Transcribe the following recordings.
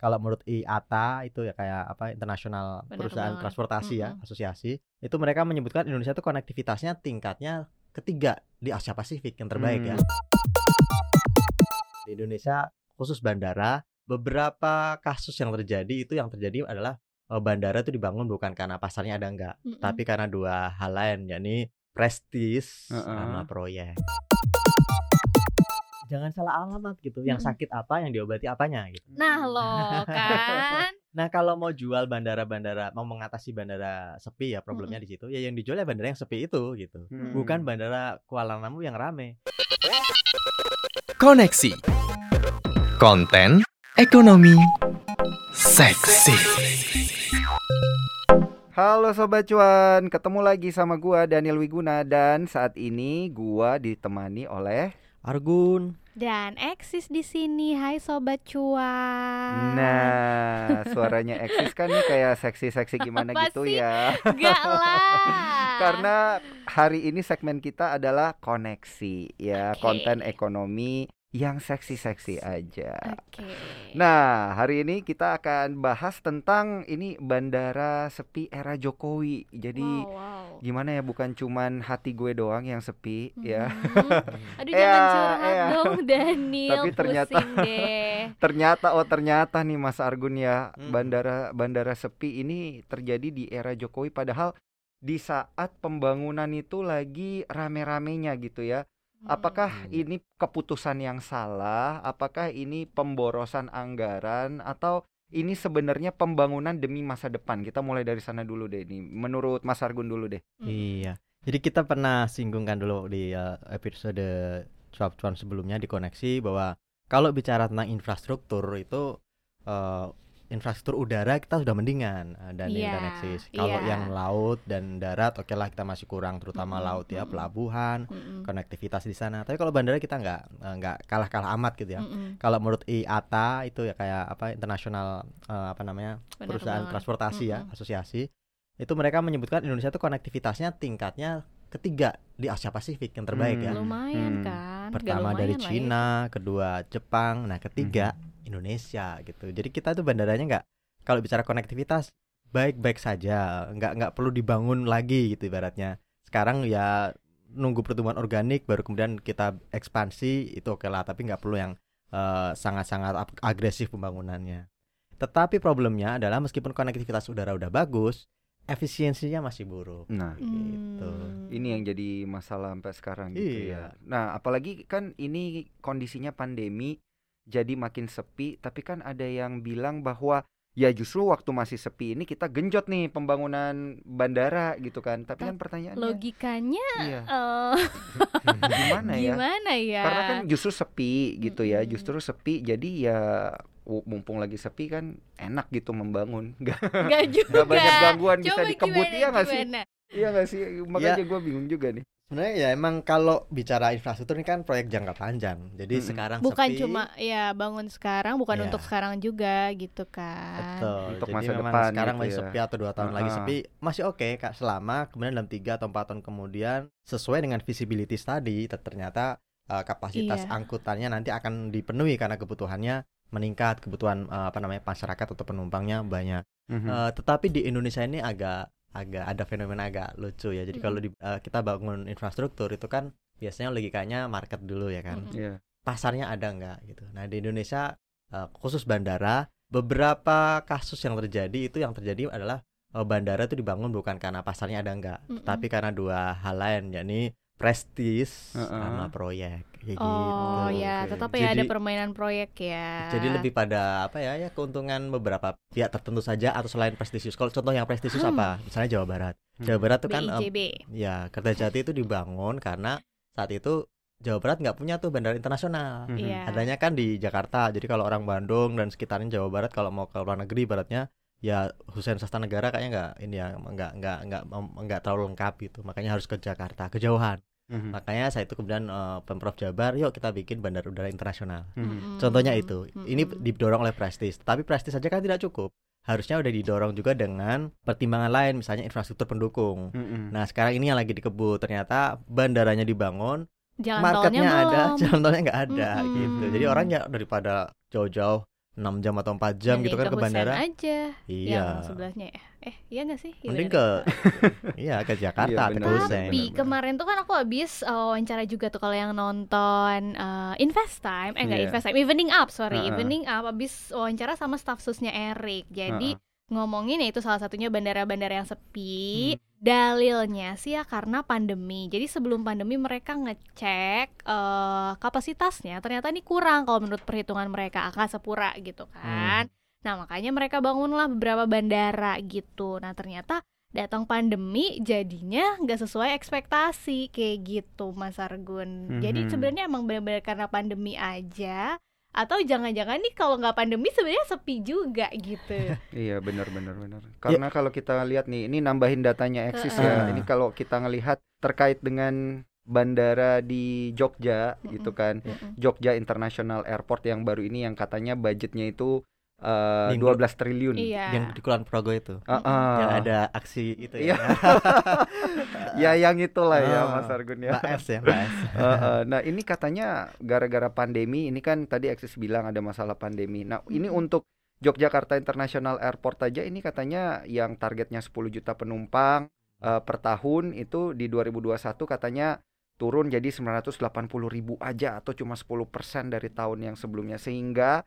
Kalau menurut IATA itu ya kayak apa International Perusahaan Penerbangan. Transportasi ya, asosiasi, itu mereka menyebutkan Indonesia itu konektivitasnya tingkatnya ketiga di Asia Pasifik yang terbaik ya. Di Indonesia khusus bandara, beberapa kasus yang terjadi adalah bandara itu dibangun bukan karena pasarnya ada enggak, tapi karena dua hal lain, yakni prestis sama proyek. Jangan salah alamat gitu, yang sakit apa, yang diobati apanya gitu. Nah loh kan. Nah kalau mau jual bandara-bandara, mau mengatasi bandara sepi ya problemnya di situ, ya yang dijual ya bandara yang sepi itu gitu, bukan bandara Kuala Namu yang rame. Koneksi Konten Ekonomi Seksi. Halo Sobat Cuan, ketemu lagi sama gua Daniel Wiguna. Dan saat ini gua ditemani oleh Argun dan Eksis di sini. Hai Sobat Cuan. Nah, suaranya Eksis kan nih kayak seksi-seksi gimana Apa gitu sih? ya. Enggak lah. Karena hari ini segmen kita adalah koneksi ya, Oke. konten ekonomi yang seksi-seksi aja. Oke. Nah, hari ini kita akan bahas tentang ini bandara sepi era Jokowi. Jadi Wow. gimana ya, bukan cuman hati gue doang yang sepi ya. Aduh Ya, jangan curhat ya. dong Daniel. Tapi ternyata- pusing deh. Ternyata nih Mas Argun ya, Hmm. bandara sepi ini terjadi di era Jokowi, padahal di saat pembangunan itu lagi rame-ramenya gitu ya. Apakah ini keputusan yang salah? Apakah ini pemborosan anggaran? Atau ini sebenarnya pembangunan demi masa depan? Kita mulai dari sana dulu deh nih. Menurut Mas Argun dulu deh. Iya. Jadi kita pernah singgungkan dulu di episode cuap-cuan sebelumnya di koneksi bahwa kalau bicara tentang infrastruktur itu infrastruktur udara kita sudah mendingan dan Eksis. Kalau Iya. yang laut dan darat oke lah kita masih kurang, terutama laut ya, pelabuhan, konektivitas di sana. Tapi kalau bandara kita nggak kalah-kalah amat gitu ya. Kalau menurut IATA itu ya kayak apa International Perusahaan Transportasi ya, asosiasi, itu mereka menyebutkan Indonesia itu konektivitasnya tingkatnya ketiga di Asia Pasifik yang terbaik ya. Lumayan kan. Nggak Pertama dari lumayan lah ya. Cina, kedua Jepang, nah ketiga Indonesia gitu. Jadi kita tuh bandaranya nggak, kalau bicara konektivitas baik-baik saja, nggak perlu dibangun lagi gitu ibaratnya. Sekarang ya nunggu pertumbuhan organik baru kemudian kita ekspansi itu oke lah, tapi nggak perlu yang sangat-sangat agresif pembangunannya. Tetapi problemnya adalah meskipun konektivitas udara udah bagus, efisiensinya masih buruk. Nah, gitu. ini yang jadi masalah sampai sekarang gitu ya. Nah, apalagi kan ini kondisinya pandemi, jadi makin sepi. Tapi kan ada yang bilang bahwa ya justru waktu masih sepi ini kita genjot nih pembangunan bandara gitu kan. Tapi kan pertanyaannya Logikanya iya. gimana Gimana ya? ya? Karena kan justru sepi gitu ya. Justru sepi, jadi ya mumpung lagi sepi kan enak gitu membangun. Nggak juga. Gak banyak gangguan, bisa Coba dikebut, iya nggak sih? gimana? Iya nggak sih? Makanya gue bingung juga nih. Sebenarnya ya emang kalau bicara infrastruktur ini kan proyek jangka panjang. Jadi sekarang Bukan sepi, cuma ya bangun sekarang, bukan Iya. untuk sekarang juga gitu kan. betul. Untuk Jadi masa memang depan sekarang gitu masih ya. sepi atau 2 tahun lagi sepi masih oke Kak, selama kemudian dalam 3 atau 4 tahun kemudian sesuai dengan visibility tadi ternyata kapasitas Iya. angkutannya nanti akan dipenuhi karena kebutuhannya meningkat, kebutuhan masyarakat atau penumpangnya banyak. Tetapi di Indonesia ini agak ada fenomena agak lucu ya. Jadi kalau kita bangun infrastruktur itu kan biasanya logikanya market dulu ya kan. Iya. Pasarnya ada enggak gitu. Nah di Indonesia khusus bandara, beberapa kasus yang terjadi adalah bandara itu dibangun bukan karena pasarnya ada enggak, tapi karena dua hal lain, yakni prestis sama proyek kayak Oh gitu. ya, Oke. tetap ya ada Jadi- permainan proyek ya. Jadi lebih pada apa ya keuntungan beberapa pihak tertentu saja atau selain prestisius. Kalau contoh yang prestisius apa? Misalnya Jawa Barat. Jawa Barat itu kan BIJB. ya Kertajati itu dibangun karena saat itu Jawa Barat nggak punya tuh bandara internasional. Iya. Adanya kan di Jakarta. Jadi kalau orang Bandung dan sekitarnya Jawa Barat kalau mau ke luar negeri baratnya ya Hussein Sastra Negara kayaknya nggak terlalu lengkap gitu. Makanya harus ke Jakarta, kejauhan. Makanya saya itu kemudian Pemprov Jabar, yuk kita bikin bandara udara internasional. Contohnya itu. Ini didorong oleh prestis. Tapi prestis saja kan tidak cukup. Harusnya udah didorong juga dengan pertimbangan lain, misalnya infrastruktur pendukung. Nah sekarang ini yang lagi dikebut, ternyata bandaranya dibangun, Jalan tolnya marketnya ada, belum. jalan tolnya nggak ada gitu. Jadi orang ya daripada jauh-jauh 6 jam atau 4 jam gitu kan ke Husen bandara. aja Iya. yang sebelahnya ya. Iya nggak sih? Iya Mending bener. iya ke Jakarta Iya, atau ke bener, Husen. Tapi kemarin tuh kan aku habis wawancara juga tuh kalau yang nonton Invest Time, nggak Iya. Invest Time, Evening Up, sorry, Heeh. Evening Up habis wawancara sama staf susnya Eric. Jadi ngomongin ya itu salah satunya bandara-bandara yang sepi. Dalilnya sih ya karena pandemi. Jadi sebelum pandemi mereka ngecek kapasitasnya, ternyata ini kurang kalau menurut perhitungan mereka, angka sepura gitu kan. Nah makanya mereka bangunlah beberapa bandara gitu. Nah ternyata datang pandemi jadinya nggak sesuai ekspektasi kayak gitu Mas Argun. Jadi sebenarnya emang benar-benar karena pandemi aja, atau jangan-jangan nih kalau nggak pandemi sebenarnya sepi juga gitu. Iya benar. Karena kalau kita lihat nih, ini nambahin datanya Eksis ya. Ini kalau kita ngelihat terkait dengan bandara di Jogja gitu kan, Jogja International Airport yang baru ini yang katanya budgetnya itu 12 triliun. Iya. Yang di Kulon Progo itu. Yang ada aksi itu Iya. ya. Ya yang itulah ya Mas Argun ya. Mbak S ya, Mbak S. Nah ini katanya gara-gara pandemi, ini kan tadi Eksis bilang ada masalah pandemi. Nah ini untuk Yogyakarta International Airport aja ini katanya yang targetnya 10 juta penumpang per tahun, itu di 2021 katanya turun jadi 980.000 aja atau cuma 10% dari tahun yang sebelumnya, sehingga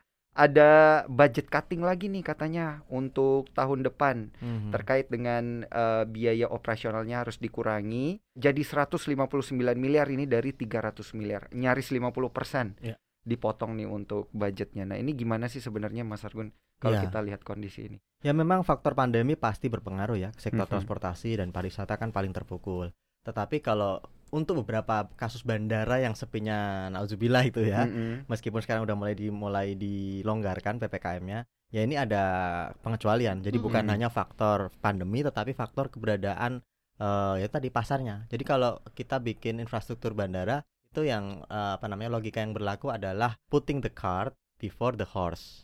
ada budget cutting lagi nih katanya untuk tahun depan terkait dengan biaya operasionalnya harus dikurangi jadi 159 miliar ini dari 300 miliar, nyaris 50% dipotong nih untuk budgetnya. Nah ini gimana sih sebenarnya Mas Argun kalau kita lihat kondisi ini? Ya memang faktor pandemi pasti berpengaruh ya, sektor transportasi dan pariwisata kan paling terpukul. Tetapi kalau untuk beberapa kasus bandara yang sepinya nauzubillah itu ya, meskipun sekarang udah mulai dilonggarkan PPKM-nya, ya ini ada pengecualian. Jadi bukan hanya faktor pandemi tetapi faktor keberadaan ya tadi pasarnya. Jadi kalau kita bikin infrastruktur bandara itu yang logika yang berlaku adalah putting the cart before the horse.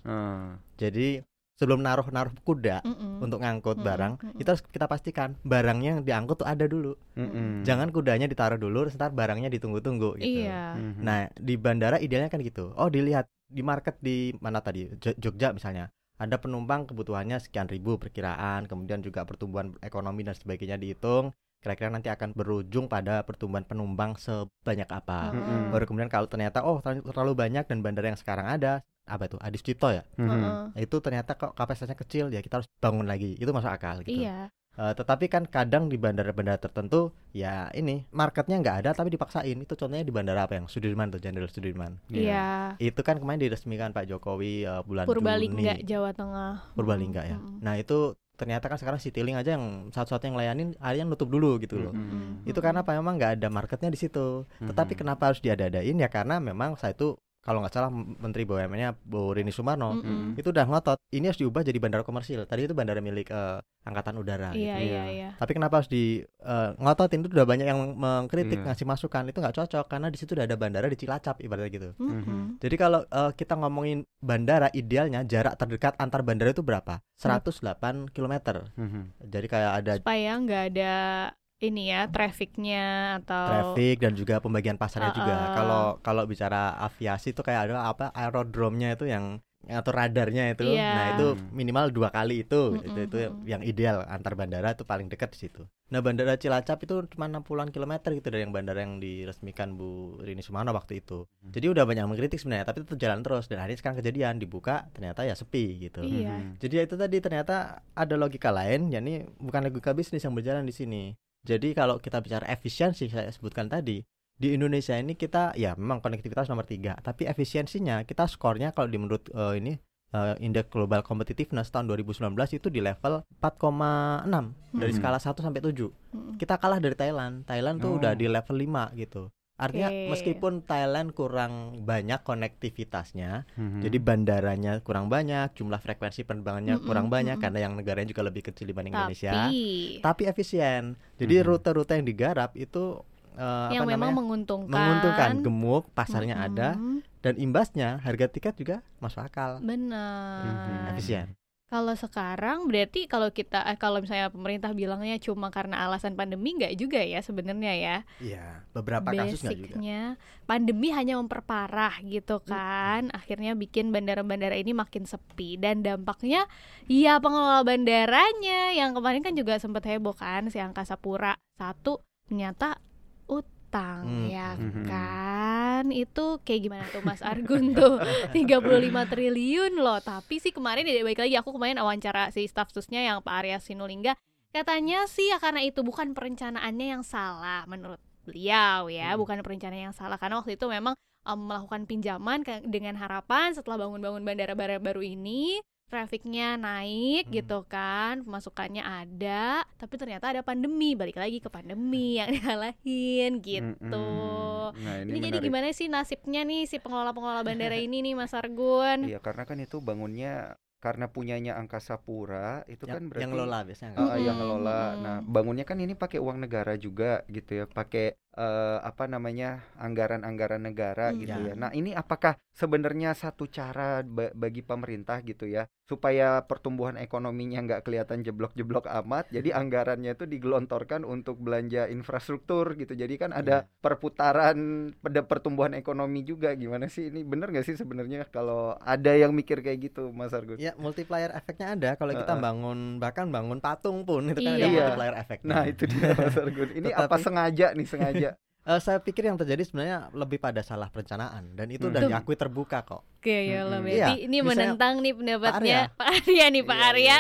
Jadi sebelum naruh kuda untuk ngangkut barang, itu harus kita pastikan barangnya yang diangkut tuh ada dulu. Jangan kudanya ditaruh dulu, ntar barangnya ditunggu-tunggu gitu. Iya. Nah di bandara idealnya kan gitu. Oh dilihat di market di mana tadi, Jogja misalnya, ada penumpang kebutuhannya sekian ribu perkiraan, kemudian juga pertumbuhan ekonomi dan sebagainya dihitung. Kira-kira nanti akan berujung pada pertumbuhan penumpang sebanyak apa. Baru kemudian kalau ternyata terlalu banyak dan bandara yang sekarang ada apa itu Adi Sucipto ya, itu ternyata kok kapasitasnya kecil, ya kita harus bangun lagi, itu masuk akal gitu. Iya. Tetapi kan kadang di bandara-bandara tertentu ya ini marketnya nggak ada tapi dipaksain. Itu contohnya di bandara apa yang Sudirman tuh, Jenderal Sudirman. Iya. Itu kan kemarin diresmikan Pak Jokowi bulan Purbalingga, Juni. Jawa Tengah. Purbalingga ya. Nah itu ternyata kan sekarang Citylink aja yang satu-satunya yang layanin, akhirnya nutup dulu gitu loh. Itu karena apa? Memang nggak ada marketnya di situ. Tetapi kenapa harus diada-adain ya? Karena memang saya itu kalau nggak salah Menteri BUMN-nya Bu Rini Sumarno itu udah ngotot ini harus diubah jadi bandara komersil. Tadi itu bandara milik Angkatan Udara. Iya. Tapi kenapa harus ngototin? Itu udah banyak yang mengkritik, ngasih masukan itu nggak cocok karena di situ udah ada bandara di Cilacap ibaratnya gitu. Jadi kalau kita ngomongin bandara, idealnya jarak terdekat antar bandara itu berapa? 108 km. Jadi kayak ada supaya nggak ada ini ya trafficnya atau traffic dan juga pembagian pasarnya juga. Kalau bicara aviasi itu kayak ada apa aerodrome-nya itu yang atau radarnya itu. Nah itu minimal 2 kali itu yang ideal antar bandara, itu paling dekat di situ. Nah bandara Cilacap itu cuma 60-an kilometer gitu dari yang bandara yang diresmikan Bu Rini Sumarno waktu itu. Jadi udah banyak mengkritik sebenarnya, tapi itu jalan terus dan akhirnya sekarang kejadian dibuka ternyata ya sepi gitu. Jadi ya itu tadi ternyata ada logika lain, yakni bukan logika bisnis yang berjalan di sini. Jadi kalau kita bicara efisiensi saya sebutkan tadi, di Indonesia ini kita ya memang konektivitas nomor 3, tapi efisiensinya kita skornya kalau menurut Indeks Global Competitiveness tahun 2019 itu di level 4,6 dari skala 1 sampai 7. Kita kalah dari Thailand. Thailand tuh udah di level 5 gitu. Artinya meskipun Thailand kurang banyak konektivitasnya, jadi bandaranya kurang banyak, jumlah frekuensi penerbangannya kurang banyak karena yang negaranya juga lebih kecil dibanding Indonesia, tapi efisien. Jadi rute-rute yang digarap itu yang memang menguntungkan, gemuk, pasarnya ada, dan imbasnya harga tiket juga masuk akal. Benar. Efisien. Kalau sekarang berarti kalau misalnya pemerintah bilangnya cuma karena alasan pandemi, nggak juga ya sebenarnya ya. Iya, beberapa kasus nggak juga. Basicnya pandemi hanya memperparah gitu kan, akhirnya bikin bandara-bandara ini makin sepi dan dampaknya ya pengelola bandaranya yang kemarin kan juga sempat heboh kan, si Angkasa Pura satu ternyata utang ya kan. Itu kayak gimana tuh Mas Argun tuh 35 triliun loh. Tapi sih kemarin balik lagi aku kemarin wawancara si staf susnya yang Pak Arya Sinulinga, katanya sih ya karena itu bukan perencanaannya yang salah menurut beliau ya, bukan perencanaan yang salah karena waktu itu memang melakukan pinjaman dengan harapan setelah bangun-bangun bandara baru ini trafficnya naik gitu kan, pemasukannya ada, tapi ternyata ada pandemi, balik lagi ke pandemi yang disalahin gitu. Nah, Ini jadi menarik. gimana sih nasibnya nih si pengelola bandara ini nih Mas Argun? Iya, karena kan itu bangunnya karena punyanya Angkasa Pura itu kan berarti yang ngelola biasanya yang ngelola. Nah, bangunnya kan ini pakai uang negara juga gitu ya, pakai apa namanya, anggaran-anggaran negara gitu ya. Nah, ini apakah sebenarnya satu cara bagi pemerintah gitu ya, supaya pertumbuhan ekonominya nggak kelihatan jeblok-jeblok amat, jadi anggarannya itu digelontorkan untuk belanja infrastruktur gitu. Jadi kan ada perputaran pada pertumbuhan ekonomi juga. Gimana sih ini, bener nggak sih sebenarnya kalau ada yang mikir kayak gitu, Mas Argun? Ya, multiplier efeknya ada kalau kita bahkan bangun patung pun itu kan ada Iya. multiplier efeknya. Nah, itu dia Mas Argun. Ini apa sengaja nih, sengaja? Saya pikir yang terjadi sebenarnya lebih pada salah perencanaan dan itu udah diakui terbuka kok. Oke ya lah, Iya, berarti ini misalnya menentang nih pendapatnya Arya. Pak Arya nih, Pak Arya.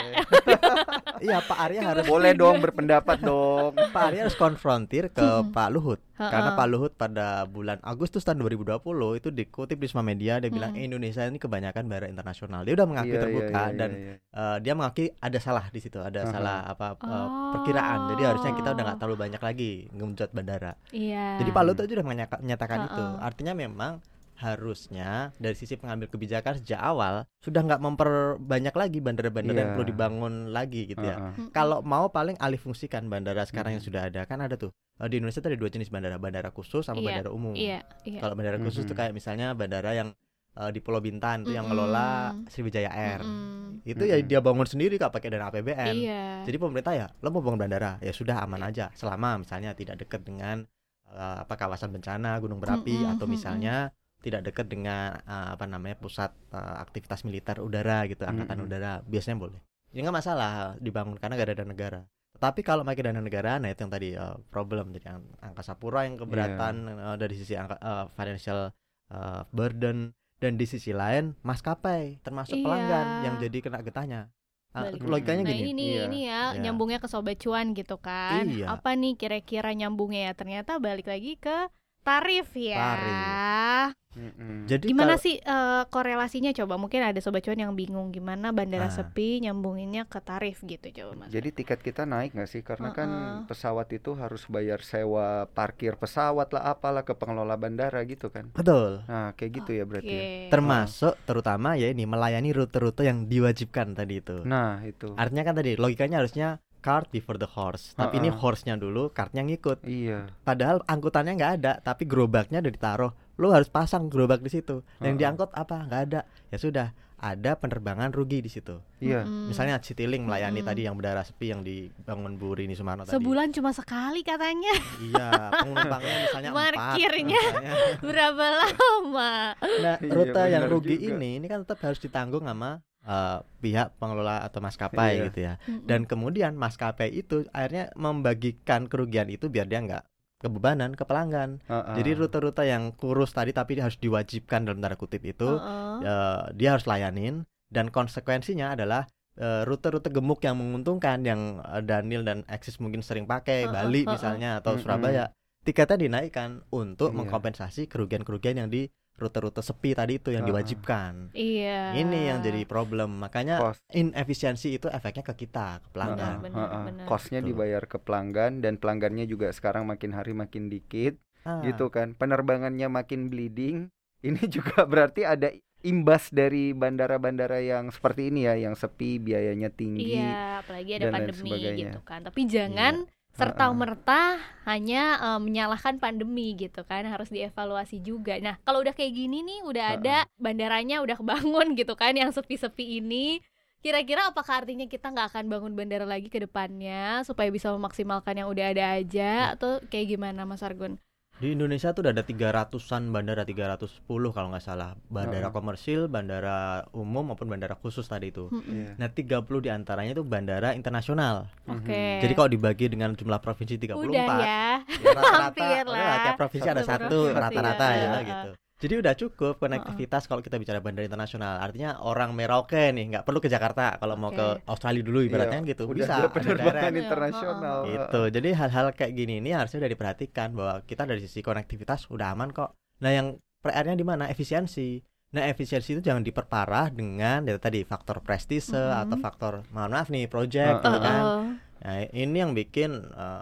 Iya, Pak Arya harus Boleh dong berpendapat dong. Pak Arya harus konfrontir ke Pak Luhut. Karena Pak Luhut pada bulan Agustus tahun 2020 itu dikutip di semua media, dia bilang Indonesia ini kebanyakan bandara internasional. Dia udah mengakui terbuka dan dia mengakui ada salah di situ, ada salah perkiraan. Jadi harusnya kita udah nggak terlalu banyak lagi ngemenjot bandara. Iya. Jadi Pak Luhut aja udah menyatakan itu. Artinya memang harusnya dari sisi pengambil kebijakan sejak awal sudah nggak memperbanyak lagi bandara-bandara yang perlu dibangun lagi gitu ya. Kalau mau paling alih fungsikan bandara sekarang yang sudah ada, kan ada tuh di Indonesia tuh ada dua jenis bandara, bandara khusus sama bandara umum. Kalau bandara khusus tuh kayak misalnya bandara yang di Pulau Bintan tuh yang ngelola Sriwijaya Air. Itu ya dia bangun sendiri Kak pakai dana APBN. Jadi pemerintah ya lo mau bangun bandara ya sudah aman aja selama misalnya tidak dekat dengan kawasan bencana gunung berapi atau misalnya tidak dekat dengan pusat aktivitas militer udara gitu, angkatan udara, biasanya boleh. Ya nggak masalah dibangun karena gak ada dana negara. Tetapi kalau pakai dana negara, nah itu yang tadi problem. Jadi Angkasa Pura yang keberatan dari sisi financial burden, dan di sisi lain maskapai termasuk pelanggan yang jadi kena getahnya. Logikanya gini. Ini ya nyambungnya ke Sobat Cuan gitu kan. Iya. Apa nih kira-kira nyambungnya ya? Ternyata balik lagi ke tarif ya. Jadi gimana sih korelasinya, coba mungkin ada Sobat Cuan yang bingung gimana bandara sepi nyambunginnya ke tarif gitu, coba Mas. Jadi tiket kita naik nggak sih? Karena kan pesawat itu harus bayar sewa parkir pesawat lah, apalah ke pengelola bandara gitu kan. Betul. Nah kayak gitu ya berarti ya. Termasuk terutama ya ini melayani rute-rute yang diwajibkan tadi itu. Nah itu. Artinya kan tadi logikanya harusnya cart before the horse. Tapi ini horse-nya dulu, kartnya ngikut. Iya. Padahal angkutannya nggak ada, tapi gerobaknya udah ditaruh. Lo harus pasang gerobak di situ. Yang diangkut apa? Nggak ada. Ya sudah, ada penerbangan rugi di situ. Iya. Misalnya Citylink melayani tadi yang bandara sepi yang dibangun Bu Rini Sumarno tadi. Sebulan cuma sekali katanya. Iya, penumpangnya misalnya 4. Parkirnya berapa lama? Nah, rute yang benar rugi juga. ini kan tetap harus ditanggung sama pihak pengelola atau maskapai gitu ya. Dan kemudian maskapai itu akhirnya membagikan kerugian itu biar dia nggak kebebanan ke pelanggan. Jadi rute-rute yang kurus tadi tapi harus diwajibkan dalam tanda kutip itu dia harus layanin, dan konsekuensinya adalah rute-rute gemuk yang menguntungkan yang Daniel dan Axis mungkin sering pakai, Bali misalnya atau Surabaya, tiketnya dinaikkan untuk mengkompensasi kerugian-kerugian yang di rute-rute sepi tadi itu yang diwajibkan. Iya. Ini yang jadi problem. Makanya inefisiensi itu efeknya ke kita, ke pelanggan. Benar. Kosnya dibayar ke pelanggan, dan pelanggannya juga sekarang makin hari makin dikit, gitu kan. Penerbangannya makin bleeding. Ini juga berarti ada imbas dari bandara-bandara yang seperti ini ya, yang sepi, biayanya tinggi. Iya, apalagi ada dan lain pandemi sebagainya. gitu kan. Tapi jangan serta-merta hanya menyalahkan pandemi gitu kan, harus dievaluasi juga. Nah, kalau udah kayak gini nih, udah ada bandaranya udah kebangun gitu kan, yang sepi-sepi ini, Kira-kira apakah artinya kita nggak akan bangun bandara lagi ke depannya supaya bisa memaksimalkan yang udah ada aja atau kayak gimana Mas Argun? Di Indonesia tuh udah ada 300-an bandara, 310 kalau nggak salah. Bandara komersil, bandara umum maupun bandara khusus tadi itu. Iya. Nah, 30 diantaranya itu bandara internasional. Oke. Jadi kalau dibagi dengan jumlah provinsi 34, Udah ya. ya rata-rata Hampir lah. udah tiap provinsi ada Satu satu provinsi, rata-rata iya. ya gitu. Jadi udah cukup konektivitas kalau kita bicara bandara internasional. Artinya orang Merauke nih nggak perlu ke Jakarta kalau mau Oke. ke Australia dulu ibaratnya Iya, gitu. udah Bisa ada ada penerbangan direct. internasional. Gitu. Jadi hal-hal kayak gini ini harusnya udah diperhatikan bahwa kita dari sisi konektivitas udah aman kok. Nah, yang PR-nya di mana? Efisiensi. Nah, efisiensi itu jangan diperparah dengan ya tadi faktor prestise atau faktor mohon maaf nih project gitu kan. Nah, ini yang bikin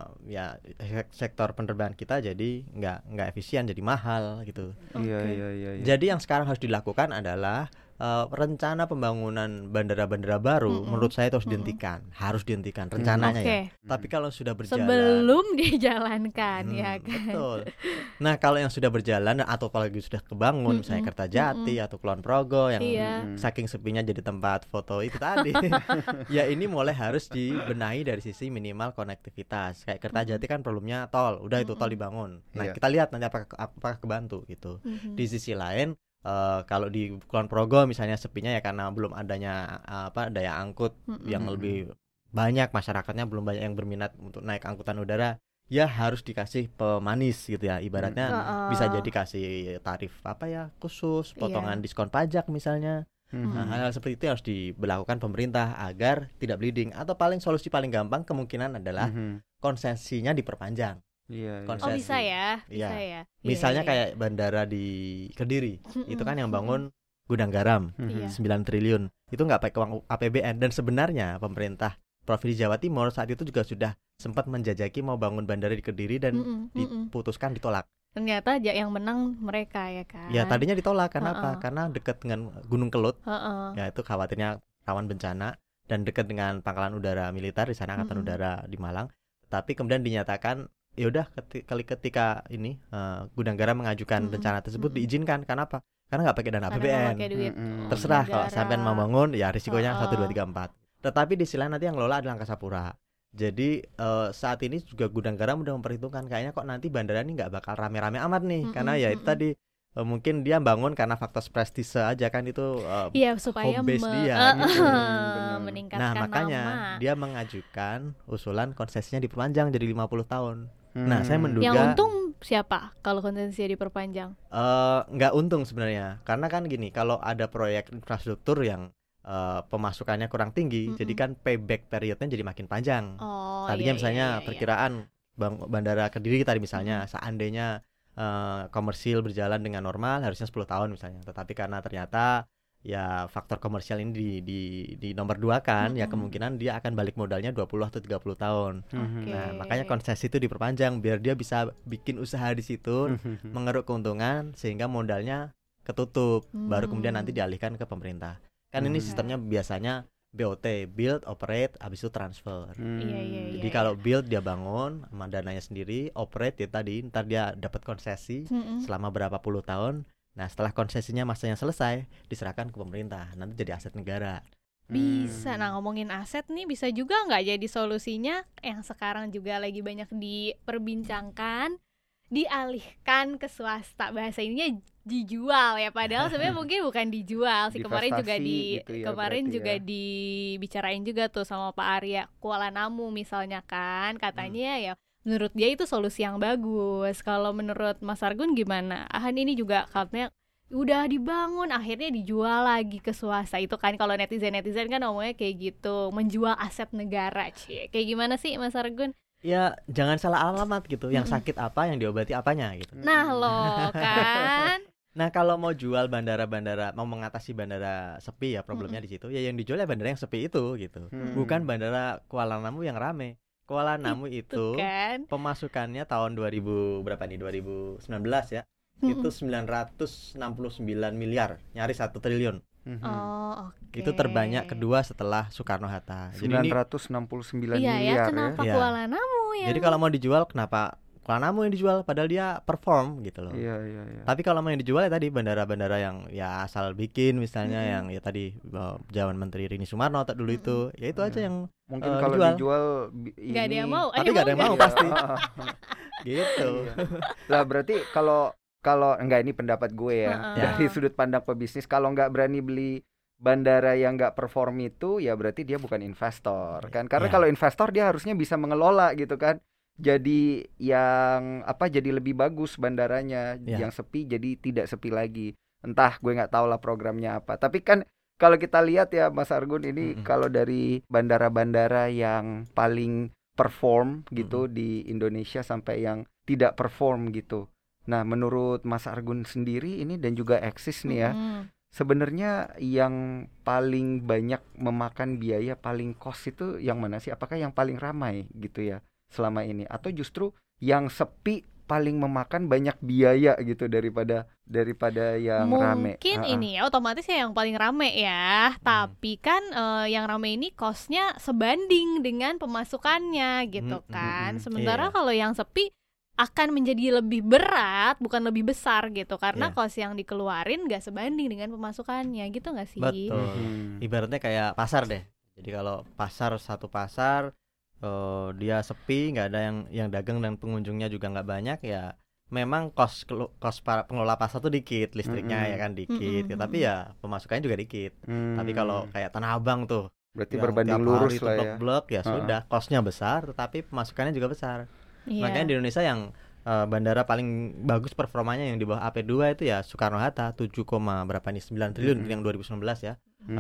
ya sektor penerbangan kita jadi nggak efisien, jadi mahal gitu. Iya. Jadi yang sekarang harus dilakukan adalah rencana pembangunan bandara-bandara baru menurut saya itu harus dihentikan rencananya Oke. ya. Tapi kalau sudah berjalan Sebelum dijalankan ya kan. betul. Nah, kalau yang sudah berjalan atau apalagi sudah kebangun misalnya Kertajati atau Kulon Progo yang Iya. saking sepinya jadi tempat foto itu tadi. Ya ini mulai harus dibenahi dari sisi minimal konektivitas. Kayak Kertajati kan problemnya tol, udah itu tol dibangun. Nah, Iya. kita lihat nanti apakah kebantu gitu. Di sisi lain kalau di Kulon Progo misalnya sepinya ya karena belum adanya daya angkut yang lebih banyak, masyarakatnya belum banyak yang berminat untuk naik angkutan udara, ya harus dikasih pemanis gitu ya ibaratnya. Bisa jadi kasih tarif khusus, potongan diskon pajak misalnya. Nah, hal-hal seperti itu harus diberlakukan pemerintah agar tidak bleeding, atau solusi paling gampang kemungkinan adalah konsesinya diperpanjang. Iya. Oh Konsesi. bisa ya, Iya. bisa ya. Misalnya Iya. kayak bandara di Kediri, itu kan yang bangun Gudang Garam Iya. 9 triliun. Itu nggak pakai uang APBN, dan sebenarnya pemerintah Provinsi Jawa Timur saat itu juga sudah sempat menjajaki mau bangun bandara di Kediri dan diputuskan ditolak. Ternyata yang menang mereka ya kan. Ya tadinya ditolak karena apa? Karena dekat dengan Gunung Kelut. Ya itu khawatirnya rawan bencana, dan dekat dengan pangkalan udara militer di sana, Angkatan Udara di Malang. Tapi kemudian dinyatakan ya udah ketika ini Gudang Garam mengajukan rencana tersebut diizinkan. Karena apa? Karena nggak pakai dana Karena APBN. nggak pakai duit Terserah kalau negara. sampean mau bangun ya risikonya 1 2 3 4. Tetapi di sisi lain nanti yang ngelola adalah Angkasa Pura. Jadi saat ini juga Gudang Garam udah memperhitungkan kayaknya kok nanti bandara ini nggak bakal rame-rame amat nih, karena ya itu tadi mungkin dia bangun karena faktor prestise aja kan, itu Iya, supaya home base dia gitu. meningkatkan Nah makanya nama. dia mengajukan usulan konsesinya diperpanjang jadi 50 tahun. Nah saya menduga Yang untung siapa kalau konsesinya diperpanjang? nggak untung sebenarnya, karena kan gini, kalau ada proyek infrastruktur yang pemasukannya kurang tinggi, jadi kan payback periodnya jadi makin panjang. Oh, Tadinya iya, misalnya iya, iya. perkiraan bandara Kediri tadi misalnya seandainya komersil berjalan dengan normal harusnya 10 tahun misalnya, tetapi karena ternyata ya faktor komersial ini di nomor 2 kan, ya kemungkinan dia akan balik modalnya 20 atau 30 tahun. Oke. Nah, makanya konsesi itu diperpanjang biar dia bisa bikin usaha di situ, mengeruk keuntungan sehingga modalnya ketutup, baru kemudian nanti dialihkan ke pemerintah. Kan ini sistemnya biasanya BOT, build, operate, habis itu transfer. Iya. Jadi kalau build dia bangun sama dananya sendiri, operate ya tadi ntar dia dapat konsesi selama berapa puluh tahun. Nah setelah konsesinya masanya selesai, diserahkan ke pemerintah, nanti jadi aset negara. Bisa. Nah, ngomongin aset nih, bisa juga nggak jadi solusinya yang sekarang juga lagi banyak diperbincangkan, dialihkan ke swasta. Bahasa ininya dijual ya, padahal sebenarnya mungkin bukan dijual sih. Kemarin juga Divestasi gitu ya, kemarin berarti juga ya. dibicarain juga tuh sama Pak Arya Kuala Namu misalnya kan, katanya ya menurut dia itu solusi yang bagus. Kalau menurut Mas Argun gimana? Ini juga katanya udah dibangun akhirnya dijual lagi ke swasta. Itu kan kalau netizen kan ngomongnya kayak gitu, menjual aset negara. Kayak gimana sih Mas Argun? Ya jangan salah alamat gitu, yang sakit apa, yang diobati apanya gitu. Nah loh kan. Nah kalau mau jual bandara-bandara, mau mengatasi bandara sepi ya problemnya di situ, ya yang dijual ya bandara yang sepi itu gitu, bukan bandara Kuala Namu yang rame. Kuala Namu itu kan pemasukannya tahun 2000 berapa nih, 2019 ya, itu 969 miliar, nyaris 1 triliun. Oh, oke. Itu terbanyak kedua setelah Soekarno-Hatta. Jadi ini 969 iya miliar ya, kenapa ya. Kuala Namu ya? Jadi kalau mau dijual kenapa Kuala Namu yang dijual padahal dia perform gitu loh. Iya, iya, iya. Tapi kalau mau yang dijual ya tadi bandara-bandara yang ya asal bikin misalnya yang ya tadi zaman Menteri Rini Sumarno dulu itu, ya itu aja yang Mungkin kalau dijual. dijual Nggak ada yang mau. Tapi nggak ada yang mau Iya. pasti. Gitu. Iya. Lah berarti kalau enggak, ini pendapat gue ya, Heeh. dari sudut pandang pebisnis, kalau nggak berani beli bandara yang nggak perform itu, ya berarti dia bukan investor kan? Karena Iya. kalau investor dia harusnya bisa mengelola gitu kan. Jadi jadi lebih bagus bandaranya, Iya. yang sepi jadi tidak sepi lagi. Entah, gue nggak tahu lah programnya apa. Tapi kan kalau kita lihat ya Mas Argun ini, kalau dari bandara-bandara yang paling perform gitu di Indonesia sampai yang tidak perform gitu. Nah, menurut Mas Argun sendiri ini dan juga Eksis nih ya, sebenarnya yang paling banyak memakan biaya, paling cost itu yang mana sih? Apakah yang paling ramai gitu ya selama ini, atau justru yang sepi paling memakan banyak biaya gitu daripada yang rame? Mungkin ini ya otomatis ya yang paling rame ya. Tapi kan yang rame ini cost-nya sebanding dengan pemasukannya gitu kan. Sementara Iya. kalau yang sepi akan menjadi lebih berat, bukan lebih besar gitu, karena Iya. cost yang dikeluarin gak sebanding dengan pemasukannya gitu gak sih? Betul. Ibaratnya kayak pasar deh. Jadi kalau satu pasar dia sepi, nggak ada yang dagang dan pengunjungnya juga nggak banyak, ya memang cost para pengelola pasar tuh dikit, listriknya ya kan dikit, ya, tapi ya pemasukannya juga dikit. Tapi kalau kayak Tanah Abang tuh berarti yang berbanding tiap lurus hari tuh lah ya. blok-blok, ya sudah costnya besar tetapi pemasukannya juga besar. Iya. Makanya di Indonesia yang bandara paling bagus performanya yang di bawah AP2 itu ya Soekarno-Hatta, 7, berapa nih 9 triliun yang 2019 ya.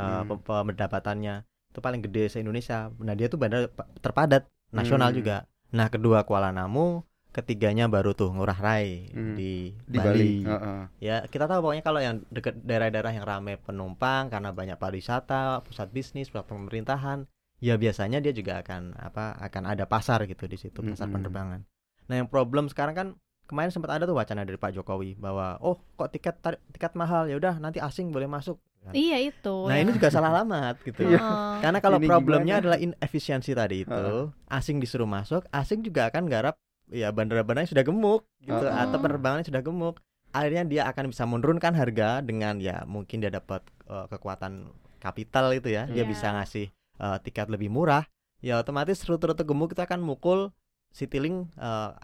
Pendapatannya itu paling gede se-Indonesia. Nah, dia tuh bandara terpadat nasional juga. Nah, kedua Kuala Namu, ketiganya baru tuh Ngurah Rai di Bali. Ya, kita tahu pokoknya kalau yang dekat daerah-daerah yang ramai penumpang karena banyak pariwisata, pusat bisnis, pusat pemerintahan, ya biasanya dia juga akan ada pasar gitu di situ, pasar penerbangan. Nah, yang problem sekarang kan kemarin sempat ada tuh wacana dari Pak Jokowi bahwa kok tiket mahal, ya udah nanti asing boleh masuk. Iya itu. Nah, ini juga salah alamat gitu. Karena kalau Ini problemnya gimana? adalah inefisiensi tadi itu, asing disuruh masuk, asing juga akan garap ya bandara-bandara yang sudah gemuk gitu, atau penerbangannya sudah gemuk. Akhirnya dia akan bisa menurunkan harga dengan ya mungkin dia dapat kekuatan kapital itu ya, dia bisa ngasih tiket lebih murah. Ya otomatis rute-rute gemuk itu akan mukul Citylink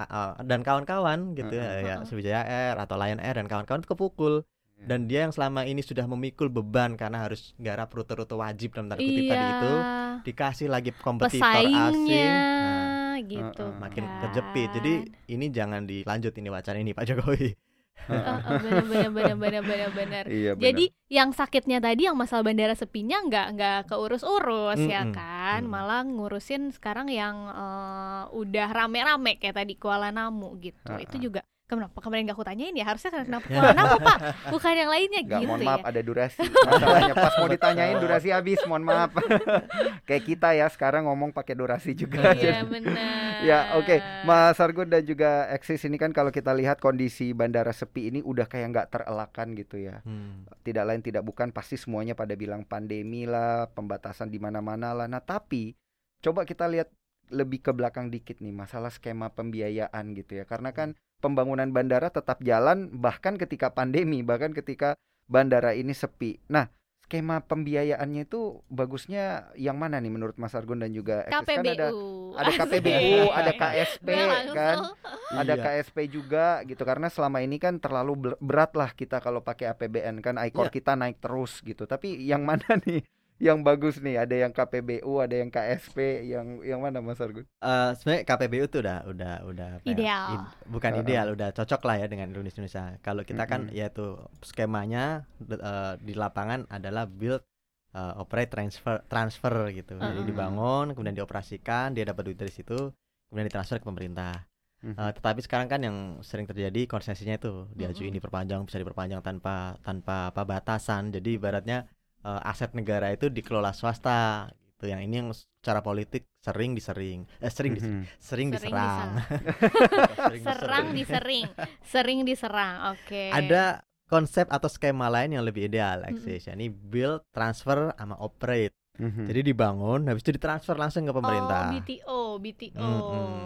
dan kawan-kawan gitu ya Sriwijaya Air atau Lion Air dan kawan-kawan itu kepukul. Dan dia yang selama ini sudah memikul beban karena harus garap rute-rute wajib dalam tanda kutip tadi itu, dikasih lagi kompetitor asing, gitu makin kan. kejepit. Jadi ini jangan dilanjut ini wacana ini Pak Jokowi. Benar. Iya, benar. Jadi yang sakitnya tadi, yang masalah bandara sepinya nggak keurus-urus ya kan, malah ngurusin sekarang yang udah rame-rame kayak tadi Kuala Namu gitu. Itu juga kenapa kemarin nggak aku tanyain ya, harusnya kenapa Kuala Namu Pak, bukan yang lainnya Nggak, gitu mohon ya. maaf ada durasi. Masalahnya pas mau ditanyain durasi habis, mohon maaf. Kayak kita ya sekarang ngomong pakai durasi juga. Iya benar. Ya oke, Mas Argun dan juga Eksis, ini kan kalau kita lihat kondisi bandara sepi ini udah kayak nggak terelakkan gitu ya. Tidak lain tidak bukan pasti semuanya pada bilang pandemi lah, pembatasan di mana-mana lah. Nah tapi coba kita lihat lebih ke belakang dikit nih, masalah skema pembiayaan gitu ya. Karena kan pembangunan bandara tetap jalan bahkan ketika pandemi, bahkan ketika bandara ini sepi. Nah, skema pembiayaannya itu bagusnya yang mana nih menurut Mas Argun dan juga Eksis? Kan ada KPBU, ada KSP kan, ada KSP juga gitu. Karena selama ini kan terlalu berat lah kita kalau pakai APBN kan, ICOR kita naik terus gitu. Tapi yang mana nih yang bagus nih? Ada yang KPBU, ada yang KSP, yang mana Mas Argun? Sebenarnya KPBU tuh udah ideal. Bukan ideal, udah cocok lah ya dengan Indonesia. Kalau kita kan yaitu skemanya di lapangan adalah build, operate, transfer gitu. Jadi dibangun, kemudian dioperasikan, dia dapat duit dari situ, kemudian ditransfer ke pemerintah. Tetapi sekarang kan yang sering terjadi konsesinya itu diajuin diperpanjang, bisa diperpanjang tanpa batasan. Jadi ibaratnya aset negara itu dikelola swasta gitu. Yang ini yang secara politik sering diserang. Sering diserang. Oke. Ada konsep atau skema lain yang lebih ideal, Eksis. Ini build, transfer, sama operate. Jadi dibangun, habis itu ditransfer langsung ke pemerintah. BTO.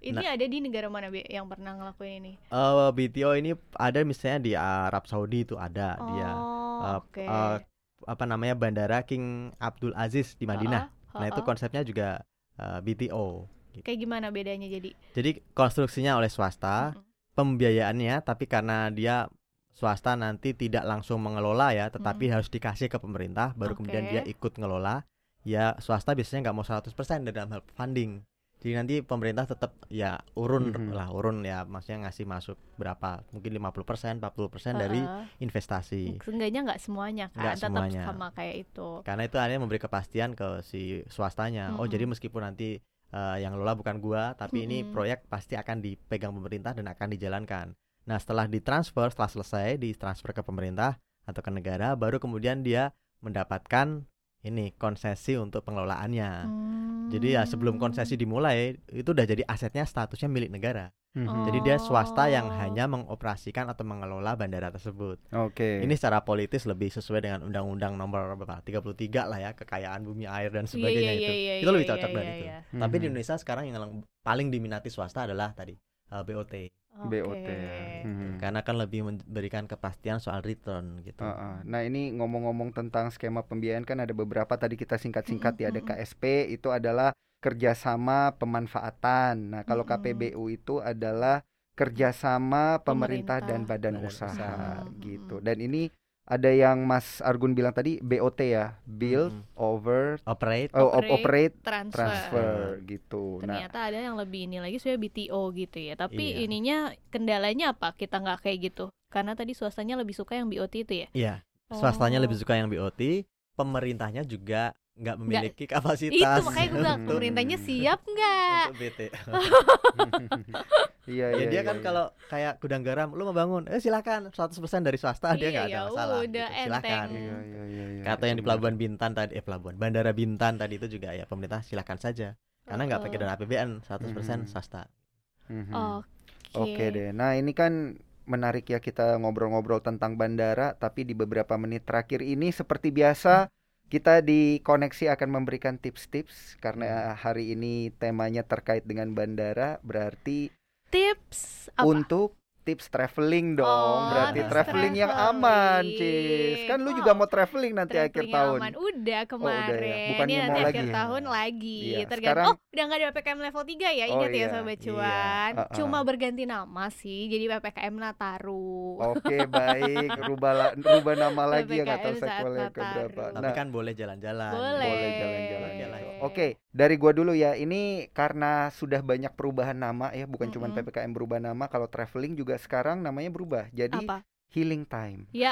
Ini ada di negara mana yang pernah ngelakuin ini? BTO ini ada misalnya di Arab Saudi itu ada dia. Oke. Apa namanya, Bandara King Abdul Aziz di Madinah. Nah itu konsepnya juga BTO. Gitu. Kayak gimana bedanya jadi? Jadi konstruksinya oleh swasta, pembiayaannya tapi karena dia swasta nanti tidak langsung mengelola ya, tetapi harus dikasih ke pemerintah, baru kemudian dia ikut ngelola. Ya swasta biasanya nggak mau 100% dalam hal funding. Jadi nanti pemerintah tetap ya urun ya, maksudnya ngasih masuk berapa, mungkin 50%, 40% dari investasi. Seenggaknya nggak semuanya kan, tetap sama kayak itu. Karena itu akhirnya memberi kepastian ke si swastanya. Oh jadi meskipun nanti yang lola bukan gua, tapi ini proyek pasti akan dipegang pemerintah dan akan dijalankan. Nah setelah selesai ditransfer ke pemerintah atau ke negara, baru kemudian dia mendapatkan ini konsesi untuk pengelolaannya. Jadi ya sebelum konsesi dimulai itu udah jadi asetnya, statusnya milik negara. Jadi dia swasta yang hanya mengoperasikan atau mengelola bandara tersebut. Ini secara politis lebih sesuai dengan Undang-Undang Nomor 33 lah ya, kekayaan bumi air dan sebagainya itu lebih cocok dari itu. Tapi di Indonesia sekarang yang paling diminati swasta adalah tadi BOT. BOT. Karena kan lebih memberikan kepastian soal return gitu. Nah ini ngomong-ngomong tentang skema pembiayaan kan ada beberapa tadi kita singkat-singkat ya. Ada KSP itu adalah kerjasama pemanfaatan. Nah kalau KPBU itu adalah kerjasama pemerintah dan badan usaha gitu. Dan ini ada yang Mas Argun bilang tadi BOT ya, build, operate, transfer gitu. Ternyata ada yang lebih ini lagi sebenarnya BTO gitu ya. Tapi ininya kendalanya apa? Kita nggak kayak gitu. Karena tadi swastanya lebih suka yang BOT itu ya. Iya. Swastanya lebih suka yang BOT, pemerintahnya juga nggak memiliki kapasitas. Itu makanya gue bilang pemerintahnya siap nggak? Untuk BT. Dia kan kalau kayak gudang garam, lu mau bangun, silakan 100% dari swasta, dia nggak ada masalah. Udah gitu. Silakan. Kata yang di Pelabuhan Bintan tadi, Bandara Bintan tadi itu juga ya pemerintah silakan saja. Karena nggak pakai dana APBN, 100% swasta. Oke deh. Nah ini kan menarik ya, kita ngobrol-ngobrol tentang bandara, tapi di beberapa menit terakhir ini seperti biasa kita di Koneksi akan memberikan tips-tips karena hari ini temanya terkait dengan bandara, berarti tips apa? Untuk tips traveling dong. Berarti traveling yang aman, Cis. Kan lu juga mau traveling nanti akhir tahun. Aman. Udah kemarin. Ya. Bukannya ini mau nanti lagi. Akhir tahun lagi. Iya, Tergantung. Udah nggak ada PPKM level 3 ya. Ingat ya Sobat Cuan. Iya. Cuma berganti nama sih. Jadi PPKM Nataru. Oke, baik. Rubah nama lagi ya, nggak tahu sequelnya keberapa. Tapi kan boleh jalan-jalan. Boleh jalan-jalan. Oke, dari gua dulu ya. Ini karena sudah banyak perubahan nama ya, bukan cuma PPKM berubah nama, kalau traveling juga sekarang namanya berubah. Jadi apa? Healing Time. Ya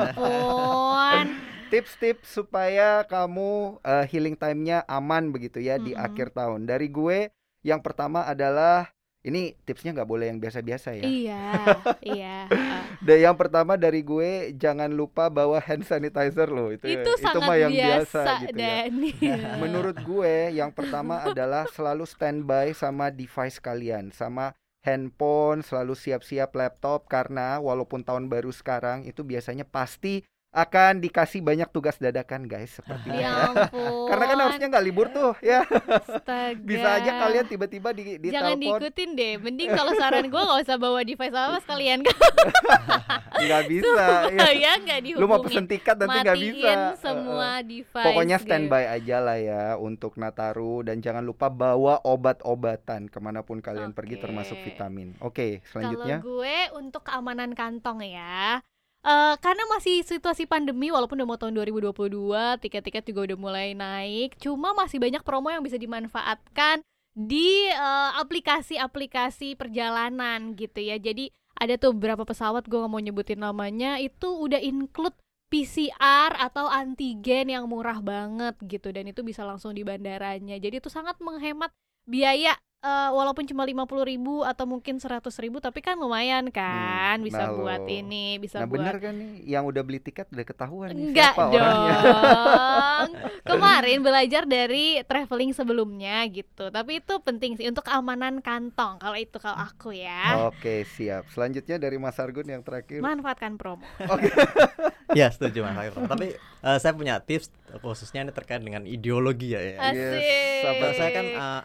ampun. Tips-tips supaya kamu healing time-nya aman begitu ya di akhir tahun. Dari gue yang pertama adalah, ini tipsnya nggak boleh yang biasa-biasa ya. Iya. Dan yang pertama dari gue, jangan lupa bawa hand sanitizer loh. Itu sangat mah yang biasa gitu Dani. ya. Menurut gue yang pertama adalah selalu standby sama device kalian, sama handphone, selalu siap-siap laptop, karena walaupun tahun baru sekarang itu biasanya pasti akan dikasih banyak tugas dadakan guys, seperti ya ampun. Karena kan harusnya nggak libur tuh ya. Astaga. Bisa aja kalian tiba-tiba di jangan telepon. diikutin deh. Mending kalau saran gue nggak usah bawa device apa sekalian. Nggak bisa ya nggak dihubungin. Lu mau pesen tiket nanti nggak bisa. Matiin semua device. Pokoknya standby aja lah ya untuk Nataru. Dan jangan lupa bawa obat-obatan kemanapun kalian pergi, termasuk vitamin. Oke, selanjutnya. Kalau gue untuk keamanan kantong ya, karena masih situasi pandemi, walaupun udah mau tahun 2022, tiket-tiket juga udah mulai naik, cuma masih banyak promo yang bisa dimanfaatkan di aplikasi-aplikasi perjalanan gitu ya. Jadi ada tuh beberapa pesawat, gue gak mau nyebutin namanya, itu udah include PCR atau antigen yang murah banget gitu, dan itu bisa langsung di bandaranya. Jadi itu sangat menghemat biaya, walaupun cuma 50.000 atau mungkin 100.000, tapi kan lumayan kan, bisa buat ini, bisa buat. Nah bener kan nih, yang udah beli tiket udah ketahuan nih enggak siapa dong. orangnya. Kemarin belajar dari traveling sebelumnya gitu, tapi itu penting sih untuk keamanan kantong. Kalau aku ya. Oke, siap. Selanjutnya dari Mas Argun yang terakhir. Manfaatkan promo. Oke. Ya setuju Mas Argun. Tapi saya punya tips khususnya ini terkait dengan ideologi ya. Asik. Saya kan anak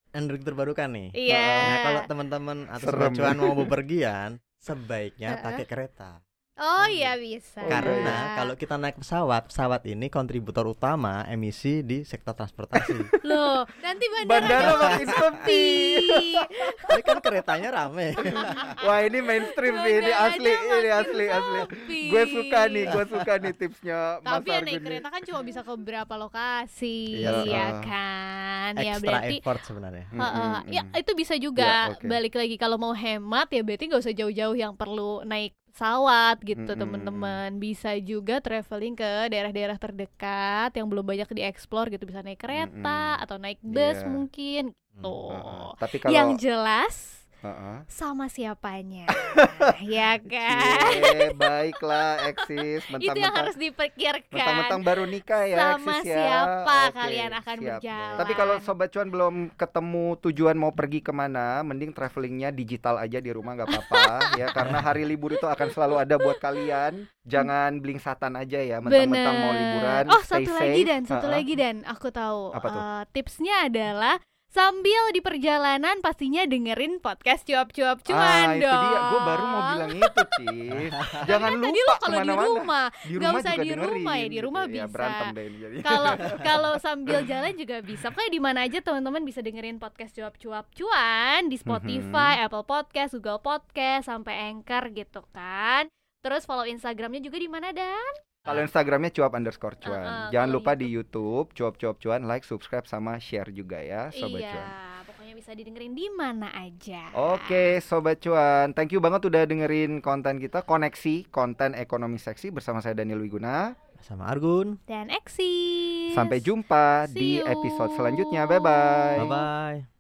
energi terbarukan nih. Iya. Nah, kalau teman-teman atau Serem. sobat cuan mau bepergian, sebaiknya pakai kereta. Oh iya bisa. Oh, Karena kalau kita naik pesawat ini kontributor utama emisi di sektor transportasi. Loh, nanti Bandara bandaranya makin sepi. Tapi kan keretanya rame. Wah, ini mainstream sih, ini asli, ini asli. Sepi. Gue suka nih tipsnya Mas Tapi ya naik Argun nih. kereta kan cuma bisa ke beberapa lokasi, Iya, ya kan? Ya Extra berarti effort sebenarnya. ya itu bisa juga. Ya, oke. Balik lagi kalau mau hemat ya berarti nggak usah jauh-jauh yang perlu naik pesawat gitu teman-teman. Bisa juga traveling ke daerah-daerah terdekat yang belum banyak dieksplor gitu, bisa naik kereta atau naik bus Iya. mungkin gitu. Tapi kalau Yang jelas Heeh. sama siapanya, ya kan? Cie, baiklah Eksis, Itu yang harus dipikirkan. mentang-mentang baru nikah ya Sama Eksis ya. siapa Oke, kalian akan siap. berjalan. Tapi kalau Sobat Cuan belum ketemu tujuan mau pergi kemana, mending travelingnya digital aja di rumah nggak apa-apa ya, karena hari libur itu akan selalu ada buat kalian. Jangan blingsatan aja ya, mentang-mentang mau liburan. Oh, stay satu safe. satu Heeh. lagi Dan, aku tahu. Apa tuh? Tipsnya adalah sambil di perjalanan pastinya dengerin podcast cuap-cuap cuan Itu dong. dia, gue baru mau bilang itu Cis. Jangan Kan lupa tadi lo kalau di kemana-mana. rumah, Di nggak rumah usah juga di rumah dengerin ya, di rumah gitu. Ya, bisa. berantem deh ini jadi. Kalau sambil jalan juga bisa. Pokoknya di mana aja teman-teman bisa dengerin podcast cuap-cuap cuan di Spotify, Apple Podcast, Google Podcast, sampai Anchor gitu kan. Terus follow Instagramnya juga di mana Dan? Kalau Instagramnya cuap_cuan. Jangan kalau lupa di YouTube cuap_cuap cuan, like, subscribe sama share juga ya Sobat Iya, Cuan. pokoknya bisa didengerin di mana aja. Oke Sobat Cuan, thank you banget udah dengerin konten kita, Koneksi Konten Ekonomi Seksi bersama saya Daniel Wiguna. Sama Argun. Dan Eksis. Sampai jumpa See di you. episode selanjutnya. Bye-bye. Bye bye.